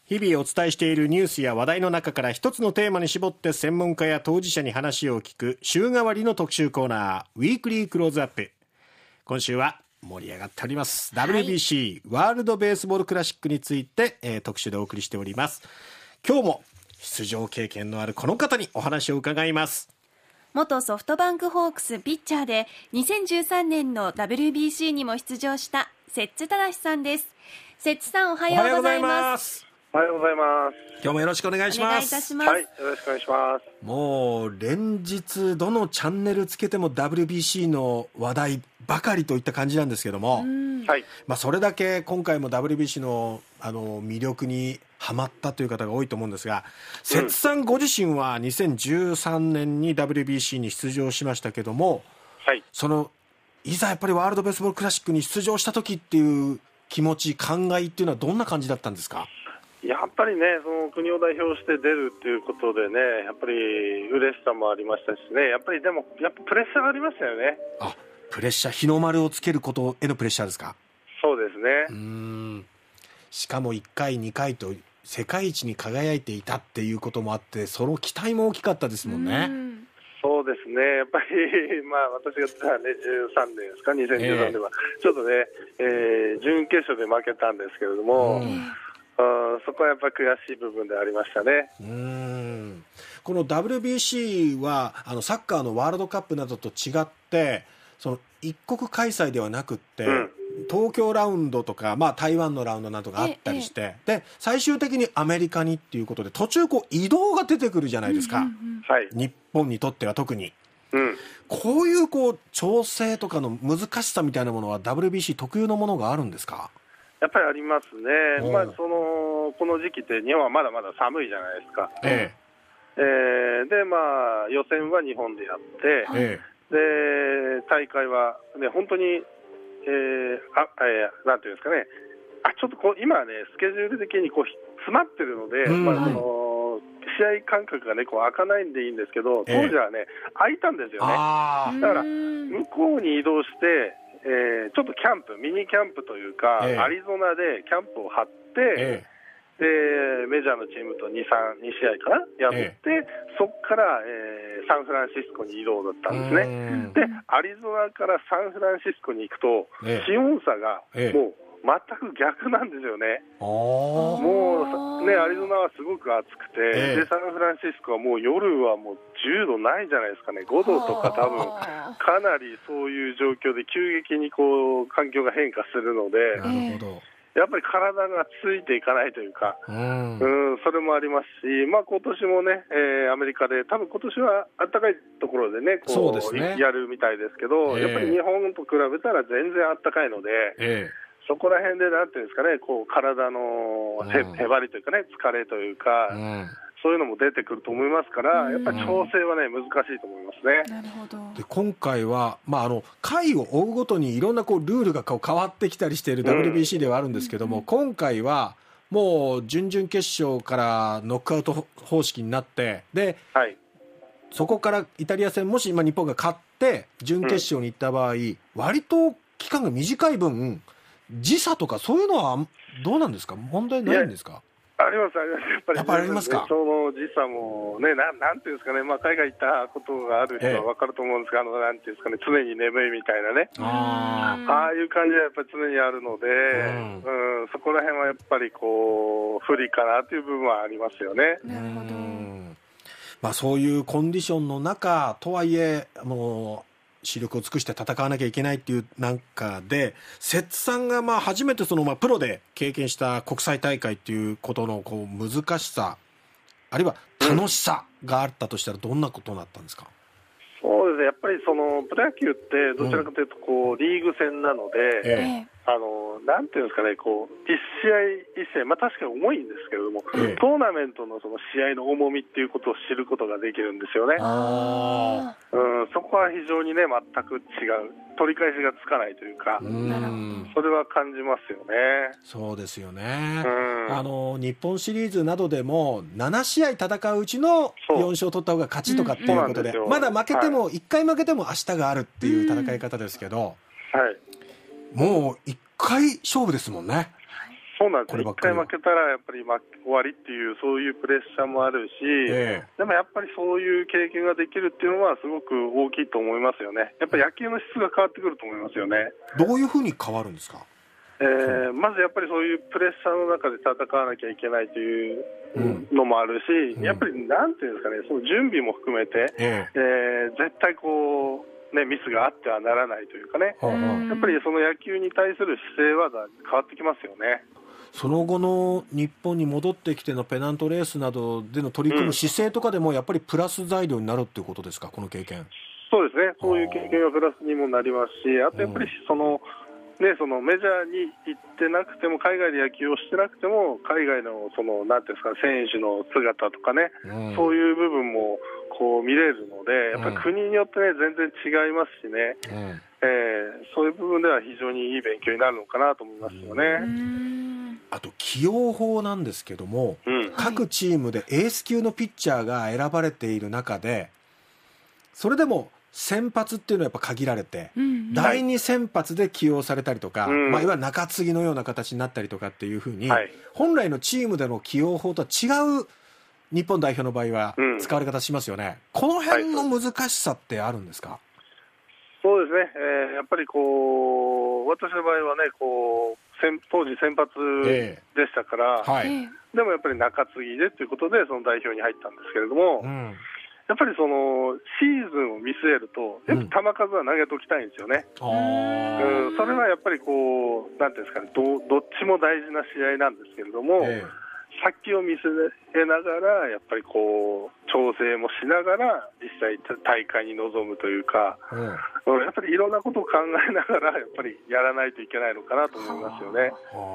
日々お伝えしているニュースや話題の中から一つのテーマに絞って専門家や当事者に話を聞く週替わりの特集コーナー、ウィークリークローズアップ。今週は盛り上がっております、WBC、ワールドベースボールクラシックについて、特集でお送りしております。今日も出場経験のあるこの方にお話を伺います。 元ソフトバンクホークスピッチャーで2013年の WBC にも出場した摂津忠さんです。摂津さん、おはようございます。 おはようございます。 今日もよろしくお願いします。 お願いいたします。 はい、よろしくお願いします。 もう連日どのチャンネルつけても WBC の話題ばかりといった感じなんですけども、 はい、 それだけ今回も WBC の、魅力にハマったという方が多いと思うんですが、摂津さんご自身は2013年に WBC に出場しましたけども、 はい、 いざやっぱりワールドベースボールクラシックに出場した時っていう気持ち、考えっていうのはどんな感じだったんですか？ やっぱりね、その国を代表して出るっていうことでね、やっぱり嬉しさもありましたしね、やっぱりプレッシャーがありましたよね。 プレッシャー、日の丸をつけることへのプレッシャーですか？ そうですね。 しかも1回2回と世界一に輝いていたっていうこともあって、その期待も大きかったですもんね。 そうですね、やっぱり、私が出たね、13年ですか、2013年は、ちょっとね、準決勝で負けたんですけれども、そこはやっぱり悔しい部分でありましたね。 この WBC はサッカーのワールドカップなどと違って、その一国開催ではなくって、東京ラウンドとか、台湾のラウンドなどがあったりして、で最終的にアメリカにっていうことで途中移動が出てくるじゃないですか、日本にとっては特に、こういう調整とかの難しさみたいなものは WBC 特有のものがあるんですか？ やっぱりありますね。この時期って日本はまだまだ寒いじゃないですか。で予選は日本でやって、で大会は、ね、本当に、なんていうんですかね、ちょっと今はね、スケジュール的に詰まってるので、試合間隔がね開かないんでいいんですけど、当時はね、開いたんですよね。だから向こうに移動して、ちょっとミニキャンプというか、アリゾナでキャンプを張って、でメジャーのチームと2試合かなやって、そこから、サンフランシスコに移動だったんですね。でアリゾナからサンフランシスコに行くと、気温差がもう全く逆なんですよね。もうね、アリゾナはすごく暑くて、でサンフランシスコはもう夜はもう10度ないじゃないですかね。5度とか多分かなりそういう状況で急激に環境が変化するので、やっぱり体がついていかないというか、それもありますし、今年もね、アメリカで多分今年は暖かいところでね、やるみたいですけど、やっぱり日本と比べたら全然暖かいので、そこら辺でなんていうんですかね、体のへばりというかね、疲れというか、そういうのも出てくると思いますから、やっぱり調整はね、難しいと思いますね。 なるほど。 で今回は、回を追うごとにいろんなルールが変わってきたりしている WBC ではあるんですけども、今回はもう準々決勝からノックアウト方式になって、で、そこからイタリア戦、もし今日本が勝って準決勝に行った場合、割と期間が短い分、時差とかそういうのはどうなんですか？問題ないんですか？ あります、あります。 やっぱりありますか？ その時差もね、なんていうんですかね、海外行ったことがある人は分かると思うんですが、なんていうんですかね、常に眠いみたいなね、ああいう感じはやっぱり常にあるので、そこら辺はやっぱり不利かなという部分はありますよね。 なるほど。 そういうコンディションの中とはいえ、視力を尽くして戦わなきゃいけないっていう中で、摂津さんが初めてプロで経験した国際大会っていうことの難しさ、あるいは楽しさがあったとしたらどんなことになったんですか？ そうですね、やっぱりプロ野球ってどちらかというとリーグ戦なので、なんていうんですかね、一試合一試合、確かに重いんですけれども、トーナメントのその試合の重みっていうことを知ることができるんですよね。そこは非常にね、全く違う、取り返しがつかないというか、それは感じますよね。 そうですよね。日本シリーズなどでも7試合戦ううちの4勝取った方が勝ちとかっていうことで、まだ負けても、1回負けても明日があるっていう戦い方ですけど、もう1回勝負ですもんね。 そうなんです。1回負けたらやっぱり終わりっていう、そういうプレッシャーもあるし、でもやっぱりそういう経験ができるっていうのはすごく大きいと思いますよね。やっぱり野球の質が変わってくると思いますよね。 どういうふうに変わるんですか？ まずやっぱりそういうプレッシャーの中で戦わなきゃいけないというのもあるし、やっぱりなんていうんですかね、その準備も含めて、絶対こう、ミスがあってはならないというかね、やっぱりその野球に対する姿勢は変わってきますよね。 その後の日本に戻ってきてのペナントレースなどでの取り組む姿勢とかでもやっぱりプラス材料になるっていうことですか、この経験。 そうですね、そういう経験がプラスにもなりますし、あとやっぱりそのメジャーに行ってなくても、海外で野球をしてなくても、海外のなんていうんですか、選手の姿とかね、そういう部分もこう見れるので、やっぱり国によってね、全然違いますしね、そういう部分では非常にいい勉強になるのかなと思いますよね。 あと起用法なんですけども、各チームでエース級のピッチャーが選ばれている中で、それでも先発っていうのはやっぱ限られて、第2先発で起用されたりとか、いわゆる中継ぎのような形になったりとかっていうふうに、本来のチームでの起用法とは違う日本代表の場合は使われ方しますよね。この辺の難しさってあるんですか？ そうですね、やっぱりこう私の場合はね、こう当時先発でしたから、でもやっぱり中継ぎでということでその代表に入ったんですけれども、やっぱりそのシーズンを見据えると、やっぱ球数は投げときたいんですよね。それはやっぱりこう、なんていうんですかね、どっちも大事な試合なんですけれども、先を見据えながら、やっぱりこう調整もしながら、実際大会に臨むというか、やっぱりいろんなことを考えながら、やっぱりやらないといけないのかなと思いますよね。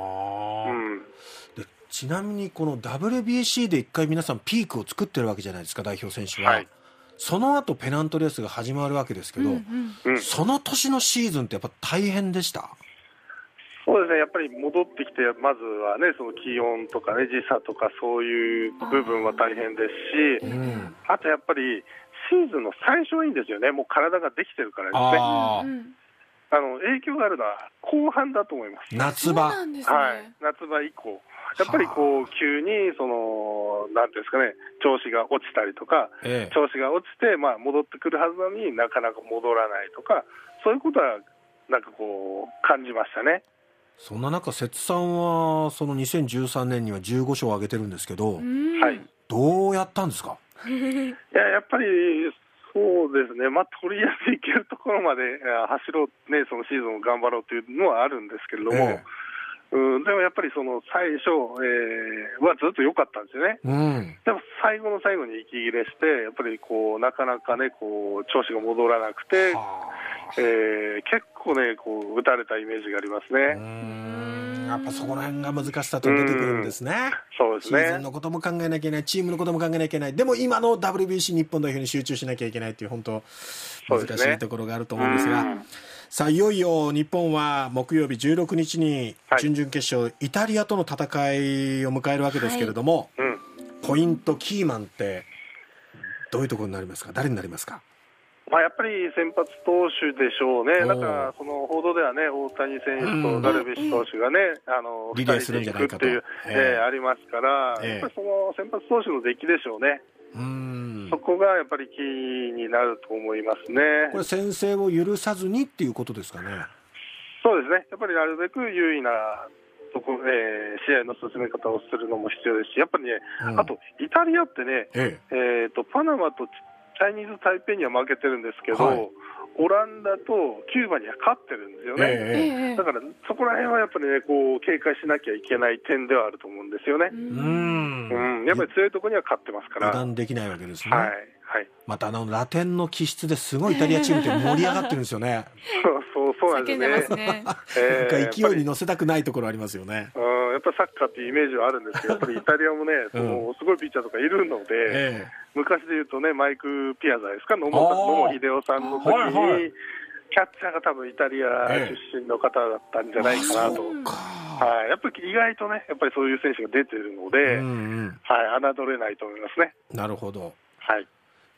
でちなみにこの WBC で一回皆さんピークを作ってるわけじゃないですか、代表選手は。その後ペナントレースが始まるわけですけど、その年のシーズンってやっぱ大変でした？ そうですね、やっぱり戻ってきて、まずはね、その気温とかね、時差とかそういう部分は大変ですし、あとやっぱりシーズンの最初はいいんですよね、もう体ができてるからですね。影響があるのは後半だと思います。 夏場、 夏場以降、やっぱりこう急になんていうんですかね、調子が落ちたりとか、調子が落ちて戻ってくるはずなのになかなか戻らないとか、そういうことはなんかこう感じましたね。 そんな中、瀬津さんはその2013年には15勝を挙げてるんですけど、どうやったんですか？ やっぱりそうですね、とりあえずいけるところまで走ろう、ね、そのシーズンを頑張ろうというのはあるんですけれども、でもやっぱりその最初、はずっと良かったんですよね。でも最後の最後に息切れして、やっぱりこうなかなかね、こう調子が戻らなくて、結構ね、こう打たれたイメージがありますね。 やっぱそこら辺が難しさと出てくるんですね。 そうですね。 シーズンのことも考えなきゃいけない、チームのことも考えなきゃいけない、でも今の WBC 日本代表に集中しなきゃいけないっていう本当難しいところがあると思うんですが、さあいよいよ日本は木曜日16日に準々決勝、イタリアとの戦いを迎えるわけですけれども、ポイントキーマンってどういうところになりますか？誰になりますか？ やっぱり先発投手でしょうね。なんかその報道ではね、大谷選手とダルビッシュ投手がね、 リレーするんじゃないかとありますから、やっぱりその先発投手の出来でしょうね。そこがやっぱりキーになると思いますね。 これ先制を許さずにっていうことですかね？ そうですね。やっぱりなるべく優位な試合の進め方をするのも必要ですし、やっぱりね、あとイタリアってね、パナマとチャイニーズ・タイペイには負けてるんですけど、オランダとキューバには勝ってるんですよね。だからそこら辺はやっぱりね、こう警戒しなきゃいけない点ではあると思うんですよね。やっぱり強いところには勝ってますから油断できないわけですね。またラテンの気質ですごいイタリアチームって盛り上がってるんですよね。 そうなんですね。 勢いに乗せたくないところありますよね。 やっぱりサッカーっていうイメージはあるんですけど、やっぱりイタリアもね、すごいピッチャーとかいるので、昔でいうとね、マイク・ピアザですか、野茂英雄さんの時に、キャッチャーが多分イタリア出身の方だったんじゃないかなと。やっぱり意外とね、やっぱりそういう選手が出てるので、侮れないと思いますね。 なるほど。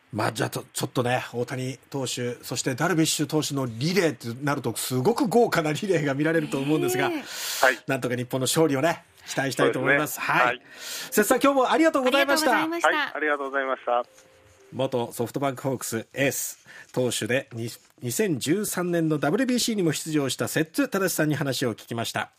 じゃあちょっとね、大谷投手そしてダルビッシュ投手のリレーとなるとすごく豪華なリレーが見られると思うんですが、なんとか日本の勝利をね期待したいと思います。はい、節さん今日もありがとうございました。 ありがとうございました。 元ソフトバンクホークスエース投手で2013年の WBC にも出場した摂津正さんに話を聞きました。